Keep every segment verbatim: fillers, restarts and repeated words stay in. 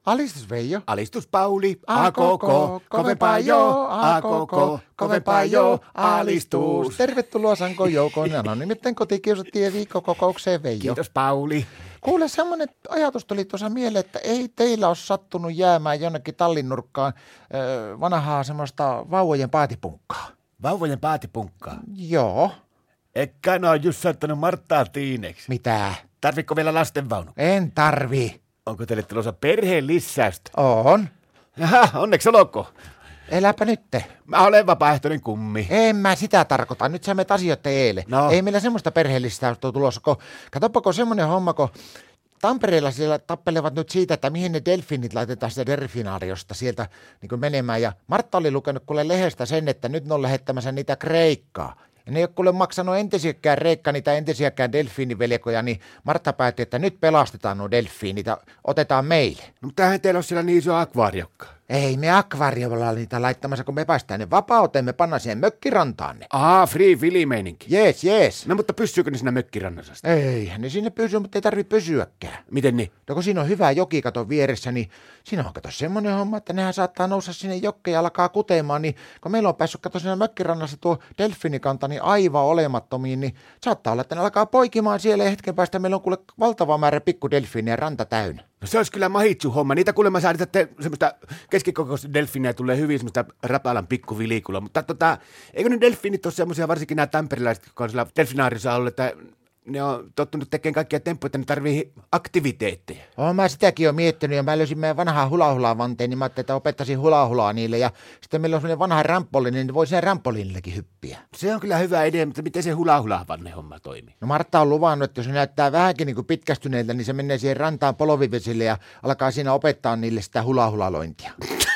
Alistus Veijo. Alistus Pauli, A koko, kovempaa jo, a koko, kovempaa jo, alistus. Tervetuloa Sanko Joukoon, no nimittäin kotikiusattiin viikkokokoukseen Veijo. Kiitos Pauli. Kuule, semmoinen ajatus tuli tuossa mieleen, että ei teillä ole sattunut jäämään jonnekin tallinnurkkaan äh, vanhaa semmoista vauvojen paatipunkkaa. Vauvojen paatipunkkaa? Joo. Eikä ne on just saattanut Marttaa tiineksi. Mitä? Tarvitko vielä lastenvaunu? En tarvi. Onko teille tulossa perheen lisäystä? On. Jaha, onneksi olkoon. Eläpä nytte. Mä olen vapaaehtoinen kummi. En mä sitä tarkoita. Nyt sä menet asioita eilen. No. Ei meillä semmoista perheellistä ole tulossa. Kun, katsopako semmoinen homma, kun Tampereella siellä tappelevat nyt siitä, että mihin ne delfiinit laitetaan sitä delfinaariosta sieltä niin kuin menemään. Ja Martta oli lukenut kuule lehdestä sen, että nyt ne on lähettämässä niitä Kreikkaa. Ja ne ei ole kuule maksanut entisiäkään Reikka, niitä entisiäkään delfiinivelkoja, niin Martta päätti, että nyt pelastetaan nuo delfiinit ja otetaan meille. No, mutta eihän teillä ole siellä niin iso akvaariokka. Ei me akvaariolla niitä laittamassa, kun me päästään ne vapauteen, me pannaan siihen mökkirantaan ne. Aa, free willy-meininki. Jees, jees. No mutta pysyykö ne siinä mökkirannassa? Eihän ne sinne pysy, mutta ei tarvitse pysyäkään. Miten niin? No kun siinä on hyvä joki kato vieressä, niin siinä on kato semmoinen homma, että nehän saattaa nousta sinne jokkeen ja alkaa kutemaan, niin kun meillä on päässyt kato siinä mökkirannassa tuo delfiinikanta niin aivan olemattomiin, niin saattaa olla, että ne alkaa poikimaan siellä ja hetken päästä meillä on kuule valtava määrä pikkudelfiiniä ranta täynnä. No se olisi kyllä mahitsu homma. Niitä kuulemma saadaan semmoista keskikokoista delfiiniä tulee hyvin semmoista rapalan pikkuvilikulla. Mutta tota, eikö ne delfiinit ole semmoisia, varsinkin nämä tamperilaiset, jotka on siellä delfinaarissa ollut, että ne on tottunut tekemään kaikkia temppuja, että ne tarvii aktiviteetteja. Oon mä sitäkin jo miettinyt ja mä löysin meidän vanhaa hula-hula-vanteen, niin mä ajattelin, että opettaisin hula-hulaa niille. Ja sitten meillä on semmoinen vanha rämppolini, niin voi sen rämppolinillekin hyppiä. Se on kyllä hyvä idea, mutta miten se hula-hula-vanne homma toimii? No Martta on luvannut, että jos se näyttää vähänkin niin kuin pitkästyneeltä, niin se menee siihen rantaan polovivesille ja alkaa siinä opettaa niille sitä hula-hulalointia.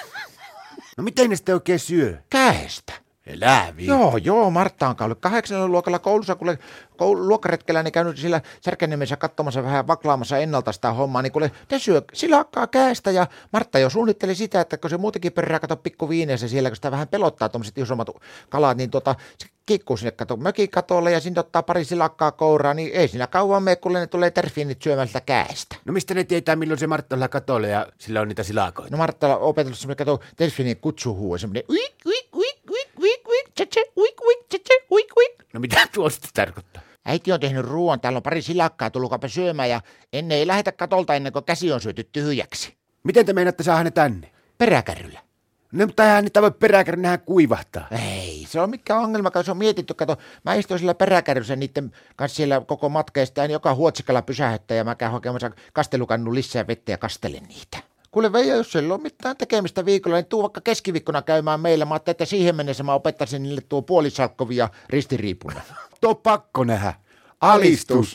No miten ne sitten oikein syö? Käestä. Eläviä. Joo, joo, Martta on käynyt kahdeksannella luokalla koulussa, kun koulu, luokkaretkellä niin käynyt siellä Särkänniemessä katsomassa vähän vaklaamassa ennalta sitä hommaa, niin kuule, te syö silakkaa käestä ja Martta jo suunnitteli sitä, että kun se muutenkin perää kato pikku viineessä siellä, kun sitä vähän pelottaa tuommoiset isommat kalat, niin tota, se kikkuu sinne kato mökin katolle ja sinne ottaa pari silakkaa kouraa, niin ei siinä kauan mene, kun ne tulee terfiinit syömään sitä käestä. No mistä ne tietää, milloin se Martta on katolle ja sillä on niitä silakoita? No Martta on opetellut semmoinen, kato, delfiinin kutsuhuu, semmoinen uik, uik, uik, uik, uik, uik, tse, uik, uik, tse, uik, uik. No mitä tuo sitten tarkoittaa? Äiti on tehnyt ruoan, täällä on pari silakkaa, tulkaapa syömään ja ennen ei lähetä katolta ennen kuin käsi on syöty tyhjäksi. Miten te meinaatte saada ne tänne? Peräkärryllä. No mutta eihän niitä voi peräkärry nähdä kuivahtaa. Ei, se on mikään ongelma, kun se on mietitty. Kato, mä istuin sillä peräkärryssä niiden kanssa siellä koko matkeista ja joka huotsikalla pysähdyttää ja mä käyn hakemassa kastelukannun lisää vettä ja kastelen niitä. Kuule Veijo, jos ei ole mitään tekemistä viikolla, niin tuu vaikka keskiviikkona käymään meillä. Mä ajattelin, että siihen mennessä mä opettaisin niille tuo puolisalkkovia ristiriipuna. Tuo pakko nähdä. Alistus.